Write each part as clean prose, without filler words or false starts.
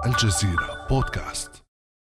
الجزيرة بودكاست.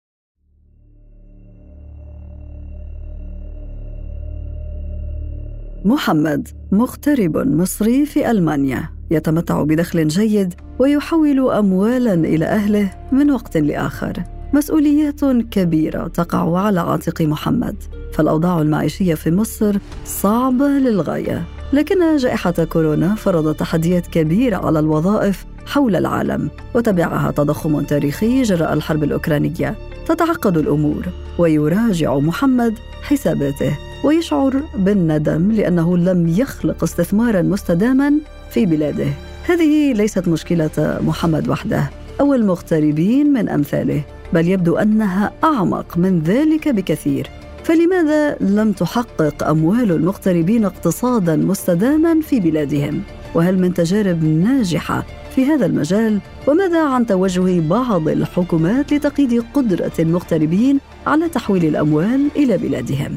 محمد مغترب مصري في ألمانيا، يتمتع بدخل جيد ويحول أموالاً إلى أهله من وقت لآخر. مسؤوليات كبيرة تقع على عاتق محمد، فالأوضاع المعيشية في مصر صعبة للغاية. لكن جائحة كورونا فرضت تحديات كبيرة على الوظائف حول العالم، وتبعها تضخم تاريخي جراء الحرب الأوكرانية. تتعقد الأمور ويراجع محمد حساباته ويشعر بالندم لأنه لم يخلق استثماراً مستداماً في بلاده. هذه ليست مشكلة محمد وحده أو المغتربين من أمثاله، بل يبدو أنها أعمق من ذلك بكثير. فلماذا لم تحقق أموال المغتربين اقتصاداً مستداماً في بلادهم؟ وهل من تجارب ناجحة في هذا المجال؟ وماذا عن توجه بعض الحكومات لتقييد قدرة المغتربين على تحويل الأموال إلى بلادهم؟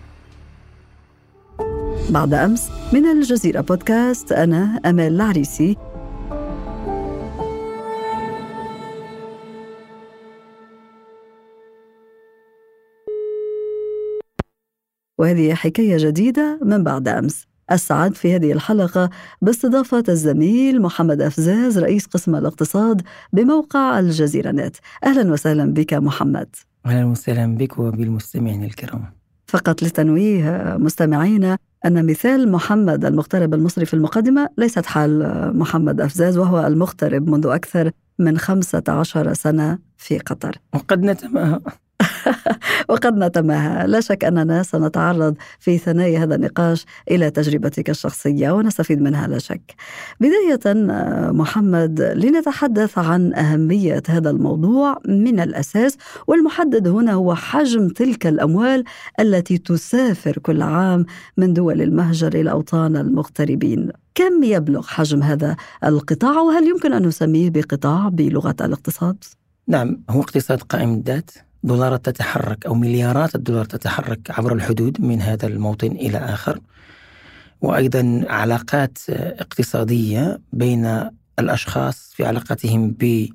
بعد أمس من الجزيرة بودكاست، أنا أمال العريسي. وهذه حكاية جديدة من بعد أمس. أسعد في هذه الحلقة باستضافة الزميل محمد أفزاز، رئيس قسم الاقتصاد بموقع الجزيرة نت. أهلا وسهلا بك محمد. أهلا وسهلا بك وبالمستمعين الكرام. فقط لتنويه مستمعينا أن مثال محمد المغترب المصري في المقدمة ليست حال محمد أفزاز، وهو المغترب منذ أكثر من 15 سنة في قطر. وقد نتماهى. لا شك أننا سنتعرض في ثنايا هذا النقاش إلى تجربتك الشخصية ونستفيد منها لا شك. بداية محمد، لنتحدث عن أهمية هذا الموضوع من الأساس، والمحدد هنا هو حجم تلك الأموال التي تسافر كل عام من دول المهجر إلى أوطان المغتربين. كم يبلغ حجم هذا القطاع، وهل يمكن أن نسميه بقطاع بلغة الاقتصاد؟ نعم، هو اقتصاد قائم الذات. دولارات تتحرك أو مليارات الدولار تتحرك عبر الحدود من هذا الموطن إلى آخر، وأيضا علاقات اقتصادية بين الأشخاص في علاقتهم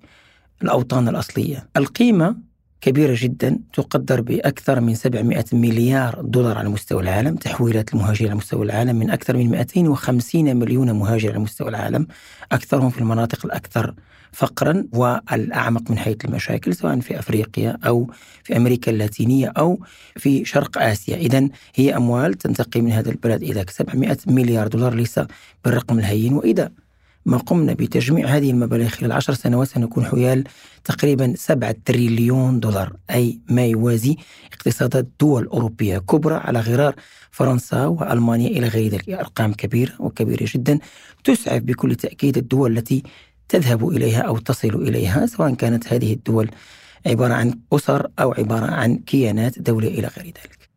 بالأوطان الأصلية. القيمة كبيرة جدا، تقدر بأكثر من 700 مليار دولار على مستوى العالم. تحويلات المهاجرين على مستوى العالم من أكثر من 250 مليون مهاجر على مستوى العالم، أكثرهم في المناطق الأكثر فقرا والأعمق من حيث المشاكل، سواء في أفريقيا أو في أمريكا اللاتينية أو في شرق آسيا. إذن هي أموال تنتقي من هذا البلد إلى 700 مليار دولار، ليس بالرقم الهين. وإذا ما قمنا بتجميع هذه المبالغ خلال 10 سنوات سنكون حيال تقريبا 7 تريليون دولار، أي ما يوازي اقتصادات دول أوروبية كبرى على غرار فرنسا وألمانيا إلى غير ذلك. أرقام كبيرة وكبيرة جدا تسعف بكل تأكيد الدول التي تذهب إليها أو تصل إليها، سواء كانت هذه الدول عبارة عن أسر أو عبارة عن كيانات دولة إلى غير ذلك.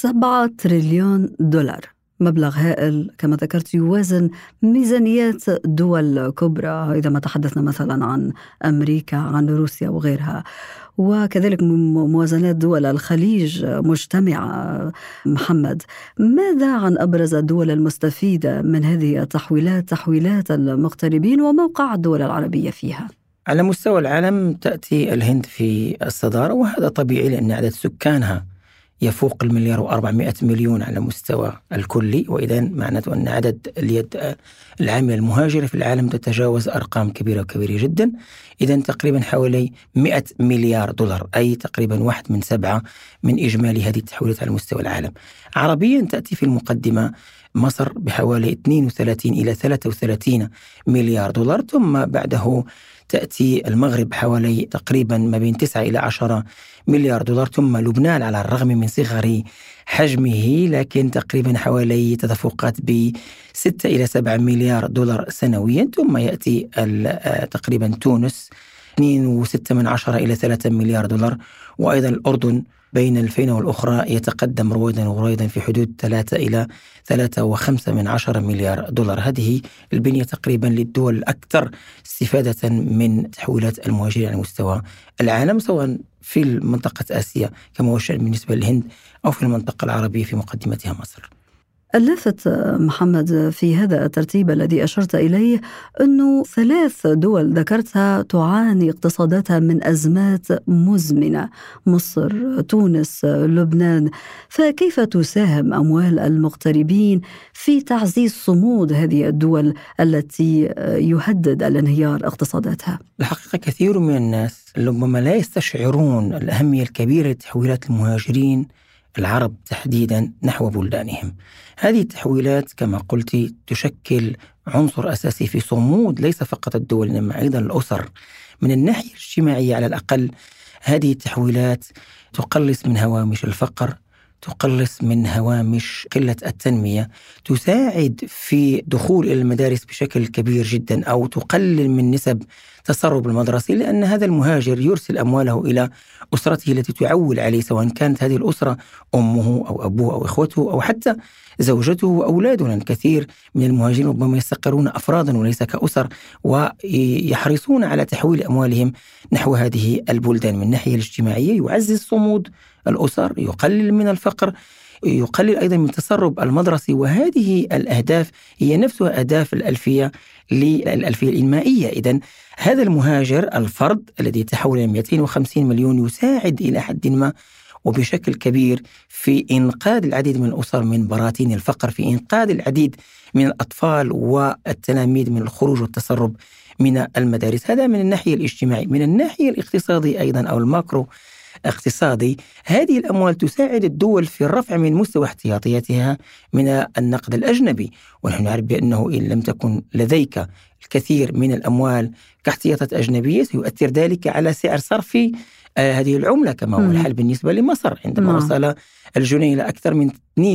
7 تريليون دولار، مبلغ هائل كما ذكرت، يوازن ميزانيات دول كبرى إذا ما تحدثنا مثلا عن أمريكا، عن روسيا وغيرها، وكذلك موازنات دول الخليج مجتمعة. محمد، ماذا عن أبرز الدول المستفيدة من هذه التحويلات، تحويلات المغتربين، وموقع الدول العربية فيها؟ على مستوى العالم تأتي الهند في الصدارة، وهذا طبيعي لأن عدد سكانها يفوق 1,400,000,000 على مستوى الكلي، وإذا معناته أن عدد اليد العاملة المهاجرة في العالم تتجاوز أرقام كبيرة وكبيرة جدا. إذا تقريبا حوالي 100 مليار دولار، أي تقريبا 1/7 من إجمالي هذه التحويلات على مستوى العالم. عربيا تأتي في المقدمة مصر بحوالي 32 إلى 33 مليار دولار، ثم بعده تأتي المغرب حوالي تقريبا ما بين 9 إلى 10 مليار دولار، ثم لبنان على الرغم من صغر حجمه لكن تقريبا حوالي تدفقات ب6 إلى 7 مليار دولار سنويا، ثم يأتي تقريبا تونس 2.6 إلى 3 مليار دولار، وأيضا الأردن بين الفينة والأخرى يتقدم رويدا في حدود 3 إلى 3.5 مليار دولار. هذه البنية تقريبا للدول الأكثر استفادة من تحويلات المهاجرين على مستوى العالم، سواء في منطقة آسيا كما هو الشأن بالنسبة للهند أو في المنطقة العربية في مقدمتها مصر. اللافت محمد في هذا الترتيب الذي أشرت إليه أنه 3 دول ذكرتها تعاني اقتصاداتها من أزمات مزمنة: مصر، تونس، لبنان. فكيف تساهم أموال المغتربين في تعزيز صمود هذه الدول التي يهدد الانهيار اقتصاداتها؟ الحقيقة كثير من الناس ربما لا يستشعرون الأهمية الكبيرة لتحويلات المهاجرين العرب تحديدا نحو بلدانهم. هذه التحويلات كما قلت تشكل عنصر أساسي في صمود ليس فقط الدول إنما أيضا الأسر. من الناحية الاجتماعية على الأقل هذه التحويلات تقلص من هوامش الفقر، تقلص من هوامش قلة التنمية، تساعد في دخول إلى المدارس بشكل كبير جدا، أو تقلل من نسب تسرب المدرسي، لأن هذا المهاجر يرسل أمواله إلى أسرته التي تعول عليه، سواء كانت هذه الأسرة أمه أو أبوه أو إخوته أو حتى زوجته وأولاده. الكثير من المهاجرين ربما يستقرون أفرادا وليس كأسر، ويحرصون على تحويل أموالهم نحو هذه البلدان. من الناحية الاجتماعية يعزز صمود الأسر، يقلل من الفقر، يقلل أيضا من تسرب المدرسي. وهذه الأهداف هي نفسها أهداف الألفية الإنمائية. إذن هذا المهاجر الفرد الذي تحول إلى 250 مليون يساعد إلى حد ما وبشكل كبير في إنقاذ العديد من الأسر من براثين الفقر، في إنقاذ العديد من الأطفال والتلاميذ من الخروج والتسرب من المدارس. هذا من الناحية الاجتماعية. من الناحية الاقتصادية أيضا أو الماكرو اقتصادي، هذه الأموال تساعد الدول في الرفع من مستوى احتياطياتها من النقد الأجنبي. ونحن نعرف بأنه إن لم تكن لديك الكثير من الأموال كاحتياطات أجنبية سيؤثر ذلك على سعر صرف هذه العملة، كما هو الحال بالنسبة لمصر عندما وصل الجنيه إلى أكثر من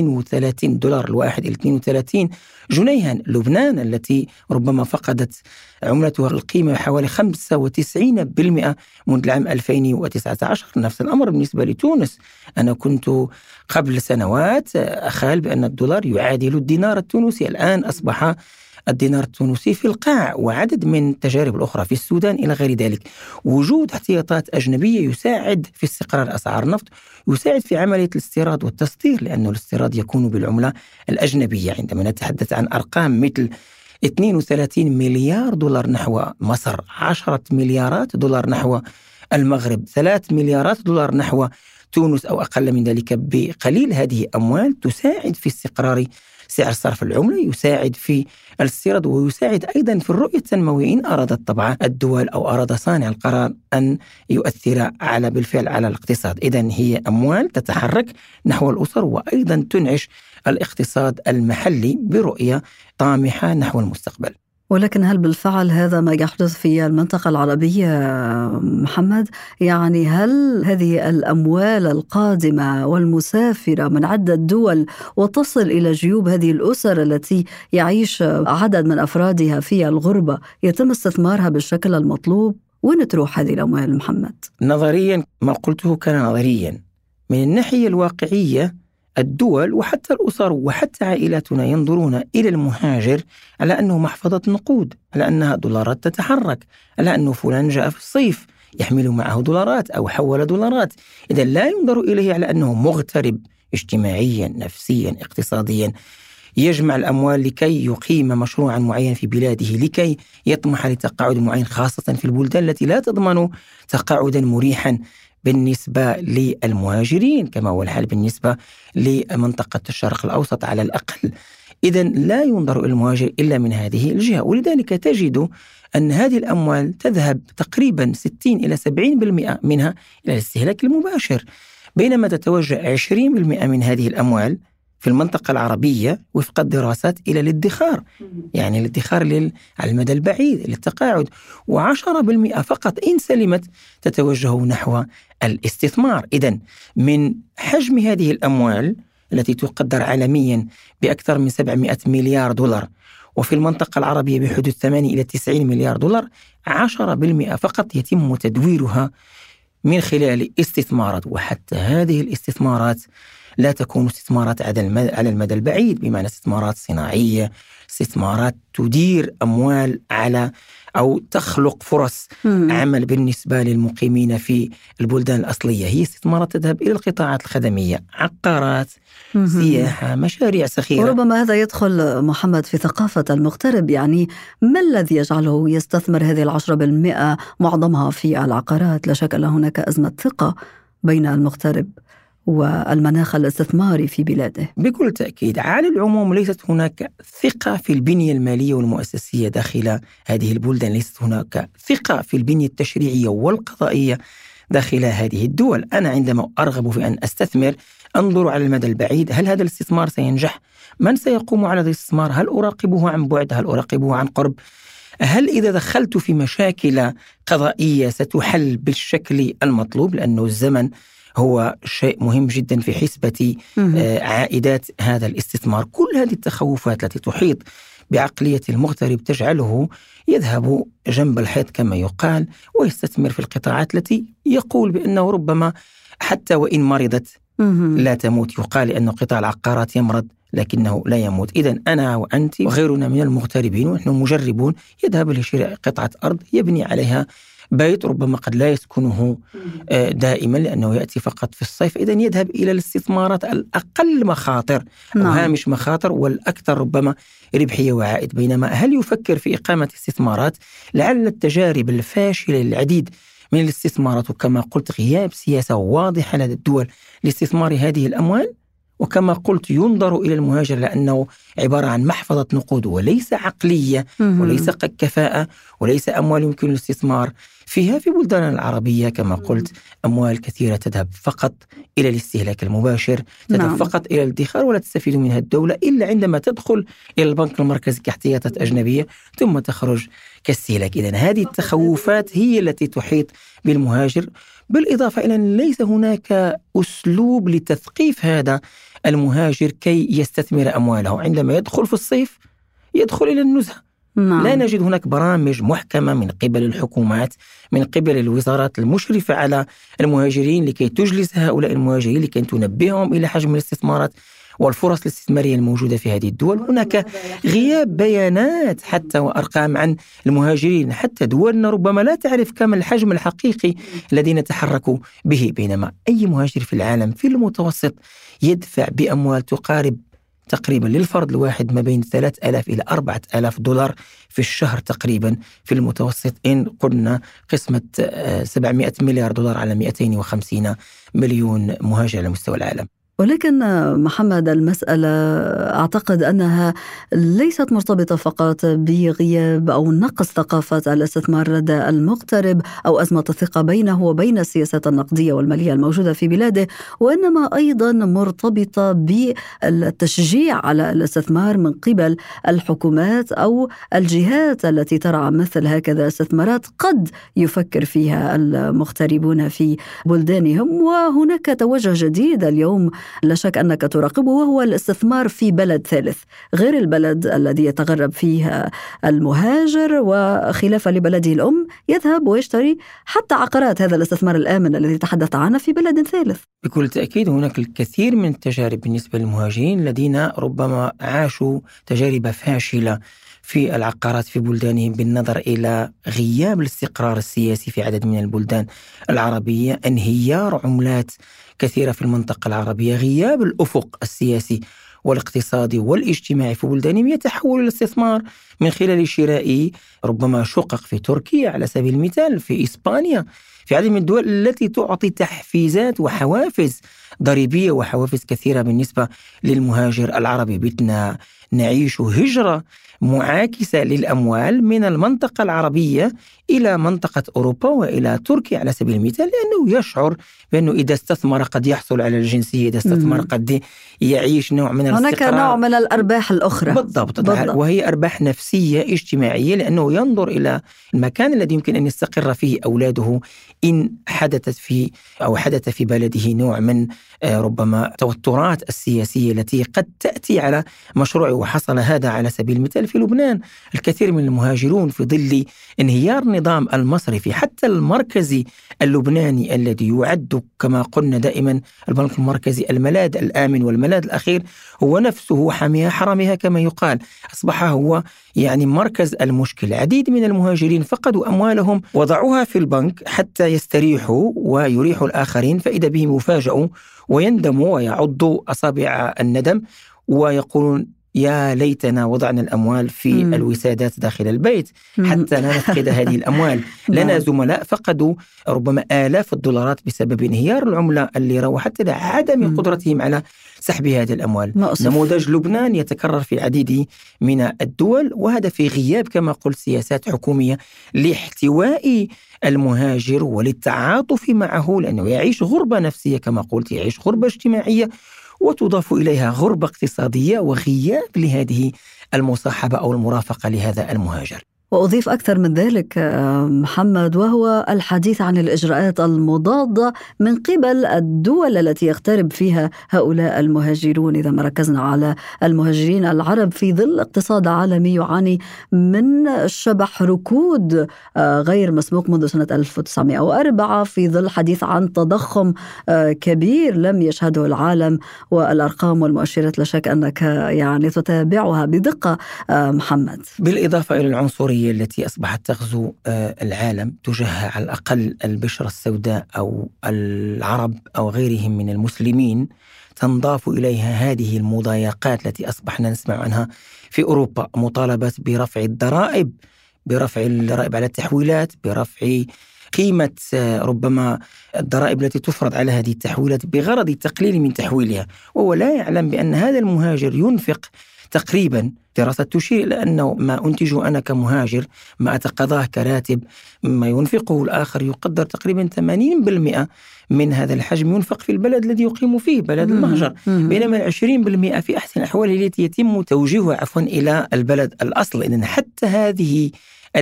32 دولار الواحد إلى 32 جنيها. لبنان التي ربما فقدت عملتها القيمة حوالي 95% منذ العام 2019. نفس الأمر بالنسبة لتونس. أنا كنت قبل سنوات أخال بأن الدولار يعادل الدينار التونسي، الآن أصبح الدينار التونسي في القاع، وعدد من التجارب الأخرى في السودان إلى غير ذلك. وجود احتياطات أجنبية يساعد في استقرار أسعار النفط، يساعد في عملية الاستيراد والتصدير، لأن الاستيراد يكون بالعملة الأجنبية. عندما نتحدث عن أرقام مثل 32 مليار دولار نحو مصر، 10 مليارات دولار نحو المغرب، 3 مليارات دولار نحو تونس أو أقل من ذلك بقليل، هذه أموال تساعد في استقرار سعر صرف العملة، يساعد في الاستيراد، ويساعد أيضا في الرؤية التنموية إن أرادت طبعا الدول أو أراد صانع القرار أن يؤثر بالفعل على الاقتصاد. إذن هي أموال تتحرك نحو الأسر وأيضا تنعش الاقتصاد المحلي برؤية طامحة نحو المستقبل. ولكن هل بالفعل هذا ما يحدث في المنطقة العربية محمد؟ يعني هل هذه الأموال القادمة والمسافرة من عدة دول وتصل إلى جيوب هذه الأسر التي يعيش عدد من أفرادها في الغربة يتم استثمارها بالشكل المطلوب؟ وين تروح هذه الأموال محمد؟ نظريا ما قلته كان نظريا. من الناحية الواقعية الدول وحتى الأسر وحتى عائلاتنا ينظرون إلى المهاجر على أنه محفظة نقود، على أنها دولارات تتحرك، على أنه فلان جاء في الصيف يحمل معه دولارات أو حول دولارات. إذا لا ينظر إليه على أنه مغترب اجتماعيا نفسيا اقتصاديا يجمع الأموال لكي يقيم مشروعا معين في بلاده، لكي يطمح لتقاعد معين، خاصة في البلدان التي لا تضمن تقاعدا مريحا بالنسبة للمهاجرين، كما هو الحال بالنسبة لمنطقة الشرق الأوسط على الأقل. إذن لا ينظر إلى المهاجر إلا من هذه الجهة، ولذلك تجد أن هذه الأموال تذهب تقريبا 60 إلى 70% منها إلى الاستهلاك المباشر، بينما تتوجه 20% من هذه الأموال في المنطقة العربية وفق الدراسات إلى الادخار، يعني الادخار على المدى البعيد للتقاعد، و10% فقط إن سلمت تتوجه نحو الاستثمار. إذن من حجم هذه الأموال التي تقدر عالميا بأكثر من 700 مليار دولار، وفي المنطقة العربية بحدود 8 إلى 90 مليار دولار، 10% فقط يتم تدويرها من خلال استثمارات. وحتى هذه الاستثمارات لا تكون استثمارات على المدى البعيد، بمعنى استثمارات صناعية، استثمارات تدير أموال على أو تخلق فرص عمل بالنسبة للمقيمين في البلدان الأصلية. هي استثمارات تذهب إلى القطاعات الخدمية، عقارات، سياحة، مشاريع صغيرة. وربما هذا يدخل محمد في ثقافة المغترب. يعني ما الذي يجعله يستثمر هذه 10% معظمها في العقارات؟ لا شك أن هناك أزمة ثقة بين المغترب والمناخ الاستثماري في بلاده. بكل تأكيد على العموم ليست هناك ثقة في البنية المالية والمؤسسية داخل هذه البلدان، ليست هناك ثقة في البنية التشريعية والقضائية داخل هذه الدول. أنا عندما أرغب في أن أستثمر أنظر على المدى البعيد، هل هذا الاستثمار سينجح؟ من سيقوم على هذا الاستثمار؟ هل أراقبه عن بعد؟ هل أراقبه عن قرب؟ هل إذا دخلت في مشاكل قضائية ستحل بالشكل المطلوب؟ لأنه الزمن هو شيء مهم جدا في حسبة عائدات هذا الاستثمار. كل هذه التخوفات التي تحيط بعقلية المغترب تجعله يذهب جنب الحيط كما يقال، ويستثمر في القطاعات التي يقول بأنه ربما حتى وإن مرضت لا تموت. يقال أن قطاع العقارات يمرض لكنه لا يموت. إذن أنا وأنت وغيرنا من المغتربين ونحن مجربون يذهب لشراء قطعة أرض يبني عليها بيت ربما قد لا يسكنه دائما لأنه يأتي فقط في الصيف. إذن يذهب إلى الاستثمارات الأقل مخاطر أو هامش مخاطر والأكثر ربما ربحية وعائد. بينما هل يفكر في إقامة استثمارات؟ لعل التجارب الفاشلة العديد من الاستثمارات، وكما قلت غياب سياسة واضحة لدى الدول لاستثمار هذه الأموال، وكما قلت ينظر إلى المهاجر لأنه عبارة عن محفظة نقود وليس عقلية وليس كفاءة وليس أموال يمكن الاستثمار فيها. في بلدان العربية كما قلت أموال كثيرة تذهب فقط إلى الاستهلاك المباشر، تذهب فقط إلى الادخار ولا تستفيد منها الدولة إلا عندما تدخل إلى البنك المركزي كاحتياطات أجنبية ثم تخرج كاستهلاك. إذن هذه التخوفات هي التي تحيط بالمهاجر، بالإضافة إلى أن ليس هناك أسلوب لتثقيف هذا المهاجر كي يستثمر أمواله. عندما يدخل في الصيف يدخل إلى النزهة. لا نجد هناك برامج محكمة من قبل الحكومات، من قبل الوزارات المشرفة على المهاجرين لكي تجلس هؤلاء المهاجرين، لكي تنبههم إلى حجم الاستثمارات والفرص الاستثمارية الموجودة في هذه الدول. هناك غياب بيانات حتى وأرقام عن المهاجرين، حتى دولنا ربما لا تعرف كم الحجم الحقيقي الذي نتحرك به. بينما أي مهاجر في العالم في المتوسط يدفع بأموال تقارب تقريبا للفرد الواحد ما بين 3000 إلى 4000 دولار في الشهر تقريبا في المتوسط، إن قلنا قسمة 700 مليار دولار على 250 مليون مهاجر على مستوى العالم. ولكن محمد المسألة أعتقد أنها ليست مرتبطة فقط بغياب أو نقص ثقافة الاستثمار لدى المغترب أو أزمة الثقة بينه وبين السياسات النقدية والمالية الموجودة في بلاده، وإنما أيضا مرتبطة بالتشجيع على الاستثمار من قبل الحكومات أو الجهات التي ترعى مثل هكذا استثمارات قد يفكر فيها المغتربون في بلدانهم. وهناك توجه جديد اليوم لا شك أنك تراقبه، وهو الاستثمار في بلد ثالث غير البلد الذي يتغرب فيه المهاجر، وخلافا لبلده الأم يذهب ويشتري حتى عقارات، هذا الاستثمار الآمن الذي تحدث عنه في بلد ثالث. بكل تأكيد هناك الكثير من التجارب بالنسبة للمهاجرين الذين ربما عاشوا تجارب فاشلة في العقارات في بلدانهم بالنظر إلى غياب الاستقرار السياسي في عدد من البلدان العربية، انهيار عملات كثيرة في المنطقة العربية، غياب الأفق السياسي والاقتصادي والاجتماعي في بلدانهم، يتحول إلى الاستثمار من خلال شراء ربما شقق في تركيا على سبيل المثال، في إسبانيا، في عدد من الدول التي تعطي تحفيزات وحوافز ضريبية وحوافز كثيرة بالنسبة للمهاجر العربي. بدنا نعيش هجرة معاكسة للأموال من المنطقة العربية إلى منطقة أوروبا وإلى تركيا على سبيل المثال، لأنه يشعر بأنه إذا استثمر قد يحصل على الجنسية، إذا استثمر قد يعيش نوع من الاستقرار، هناك نوع من الأرباح الأخرى. بالضبط. وهي أرباح نفسية اجتماعية، لأنه ينظر إلى المكان الذي يمكن أن يستقر فيه أولاده إن حدث في بلده نوع من ربما توترات السياسية التي قد تأتي على مشروعه. وحصل هذا على سبيل المثال في لبنان. الكثير من المهاجرون في ظل انهيار النظام المصرفي حتى المركزي اللبناني الذي يعد كما قلنا دائما البنك المركزي الملاذ الآمن والملاذ الأخير، هو نفسه حاميها حرامها كما يقال. أصبح هو يعني مركز المشكلة. عديد من المهاجرين فقدوا أموالهم وضعوها في البنك حتى يستريحوا ويريحوا الآخرين، فإذا بهم يفاجئوا ويندموا ويعضوا أصابع الندم ويقولون يا ليتنا وضعنا الأموال في الوسادات داخل البيت حتى لا نفقد هذه الأموال. لنا زملاء فقدوا ربما آلاف الدولارات بسبب انهيار العملة الليرة وحتى لعدم قدرتهم على سحب هذه الأموال. نموذج لبنان يتكرر في العديد من الدول، وهذا في غياب كما قلت سياسات حكومية لاحتواء المهاجر وللتعاطف معه، لأنه يعيش غربة نفسية كما قلت، يعيش غربة اجتماعية، وتضاف إليها غربة اقتصادية وغياب لهذه المصاحبة أو المرافقة لهذا المهاجر. وأضيف أكثر من ذلك محمد، وهو الحديث عن الإجراءات المضادة من قبل الدول التي يغترب فيها هؤلاء المهاجرون. إذا ما ركزنا على المهاجرين العرب في ظل اقتصاد عالمي يعاني من شبح ركود غير مسبوق منذ سنة 1904، في ظل حديث عن تضخم كبير لم يشهده العالم، والأرقام والمؤشرات لا شك أنك يعني تتابعها بدقة محمد. بالإضافة إلى العنصرية التي أصبحت تغزو العالم تجاه على الأقل البشرة السوداء أو العرب أو غيرهم من المسلمين، تنضاف إليها هذه المضايقات التي أصبحنا نسمع عنها في أوروبا، مطالبات برفع الضرائب، برفع الضرائب على التحويلات، برفع قيمة ربما الضرائب التي تفرض على هذه التحويلات بغرض التقليل من تحويلها، وهو لا يعلم بأن هذا المهاجر ينفق تقريبا، دراسة تشير إلى أنه ما أنتجه أنا كمهاجر ما أتقاضاه كراتب ما ينفقه الآخر يقدر تقريبا 80% من هذا الحجم ينفق في البلد الذي يقيم فيه، بلد المهجر، بينما 20% في أحسن الأحوال التي يتم توجيهها إلى البلد الأصل. إذن حتى هذه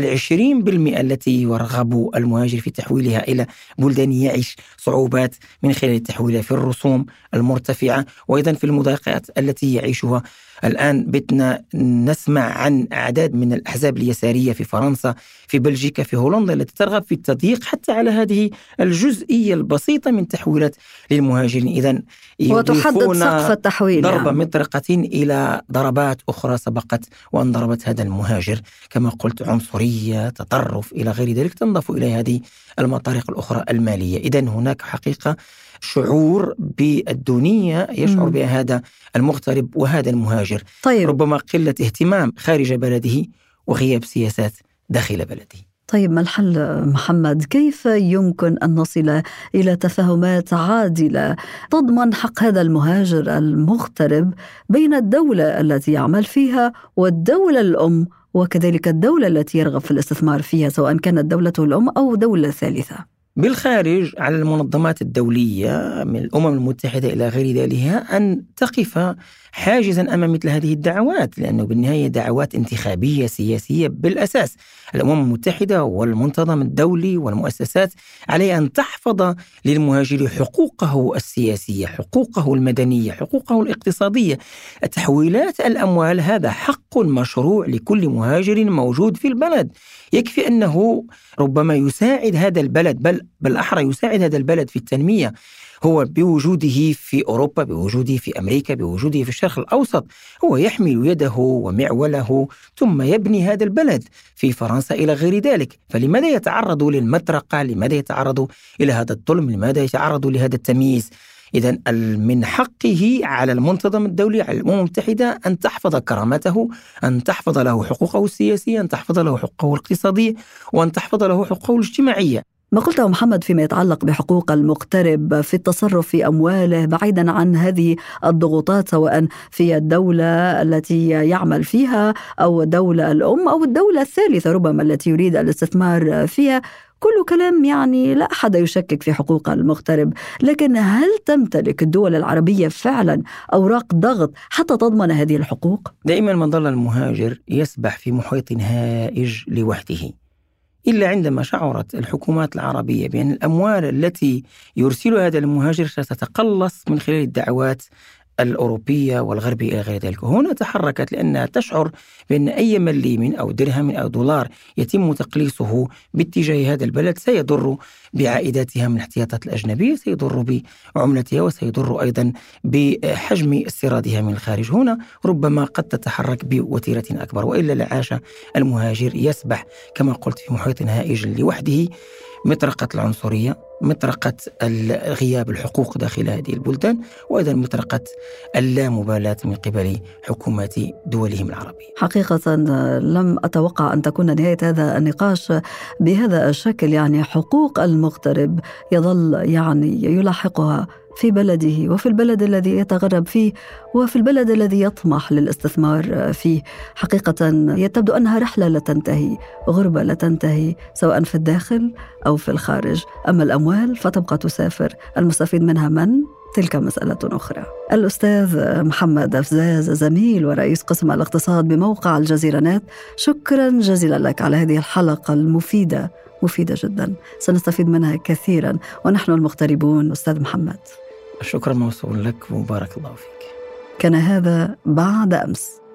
20% التي يرغب المهاجر في تحويلها إلى بلدان يعيش صعوبات من خلال التحويل في الرسوم المرتفعة، وأيضا في المضايقات التي يعيشها. الآن بتنا نسمع عن أعداد من الأحزاب اليسارية في فرنسا، في بلجيكا، في هولندا، التي ترغب في التضييق حتى على هذه الجزئية البسيطة من تحويلات للمهاجرين. إذن وتحدد سقف التحويل ضرب مطرقة إلى ضربات أخرى سبقت وأن ضربت هذا المهاجر، كما قلت عنصرية، تطرف إلى غير ذلك، تنضاف إلى هذه المطارق الأخرى المالية. إذن هناك حقيقة شعور بالدونية يشعر بها هذا المغترب وهذا المهاجر. طيب. ربما قلة اهتمام خارج بلده وغياب سياسات داخل بلده. طيب، ما الحل محمد؟ كيف يمكن أن نصل إلى تفاهمات عادلة تضمن حق هذا المهاجر المغترب بين الدولة التي يعمل فيها والدولة الأم، وكذلك الدولة التي يرغب في الاستثمار فيها، سواء كانت دولته الأم أو دولة ثالثة؟ بالخارج على المنظمات الدولية من الأمم المتحدة إلى غير ذلك أن تقف حاجزا أمام مثل هذه الدعوات، لأنه بالنهاية دعوات انتخابية سياسية بالأساس. الأمم المتحدة والمنظمة الدولي والمؤسسات عليها أن تحفظ للمهاجر حقوقه السياسية، حقوقه المدنية، حقوقه الاقتصادية. تحويلات الأموال هذا حق مشروع لكل مهاجر موجود في البلد، يكفي أنه ربما يساعد هذا البلد، بل أحرى يساعد هذا البلد في التنمية. هو بوجوده في أوروبا، بوجوده في أمريكا، بوجوده في الشرق الأوسط، هو يحمل يده ومعوله ثم يبني هذا البلد في فرنسا إلى غير ذلك. فلماذا يتعرض للمطرقة؟ لماذا يتعرض إلى هذا الظلم؟ لماذا يتعرض لهذا التمييز؟ إذن من حقه على المنظمة الدولي، على الأمم المتحدة، أن تحفظ كرامته، أن تحفظ له حقوقه السياسية، أن تحفظ له حقوقه الاقتصادية، وأن تحفظ له حقوقه الاجتماعية. ما قلته محمد فيما يتعلق بحقوق المغترب في التصرف في أمواله بعيدا عن هذه الضغوطات، سواء في الدولة التي يعمل فيها أو الدولة الأم أو الدولة الثالثة ربما التي يريد الاستثمار فيها، كل كلام يعني لا أحد يشكك في حقوق المغترب. لكن هل تمتلك الدول العربية فعلا أوراق ضغط حتى تضمن هذه الحقوق؟ دائما ما ظل المهاجر يسبح في محيط هائج لوحده، إلا عندما شعرت الحكومات العربية بأن الأموال التي يرسلها هذا المهاجر ستتقلص من خلال الدعوات الأوروبية والغربية إلى غير ذلك. هنا تحركت لأنها تشعر بأن أي مليم أو درهم أو دولار يتم تقليصه باتجاه هذا البلد سيضر بعائداتها من الاحتياطات الأجنبية، سيضر بعملتها، وسيضر أيضا بحجم استيرادها من الخارج. هنا ربما قد تتحرك بوتيرة أكبر، وإلا لعاش المهاجر يسبح كما قلت في محيط هائج لوحده، مطرقة العنصرية، مطرقة غياب الحقوق داخل هذه البلدان، وأيضا مطرقة اللامبالاة من قبل حكومات دولهم العربية. حقيقة لم أتوقع أن تكون نهاية هذا النقاش بهذا الشكل. يعني حقوق المغترب يظل يعني يلاحقها في بلده وفي البلد الذي يتغرب فيه وفي البلد الذي يطمح للاستثمار فيه. حقيقة تبدو أنها رحلة لا تنتهي، غربة لا تنتهي، سواء في الداخل أو في الخارج. أما الأموال فتبقى تسافر، المستفيد منها من؟ تلك مسألة أخرى. الأستاذ محمد أفزاز، زميل ورئيس قسم الاقتصاد بموقع الجزيرة نت، شكرا جزيلا لك على هذه الحلقة المفيدة جدا، سنستفيد منها كثيرا ونحن المغتربون. أستاذ محمد، الشكر موصول لك وبارك الله فيك. كان هذا بعد أمس.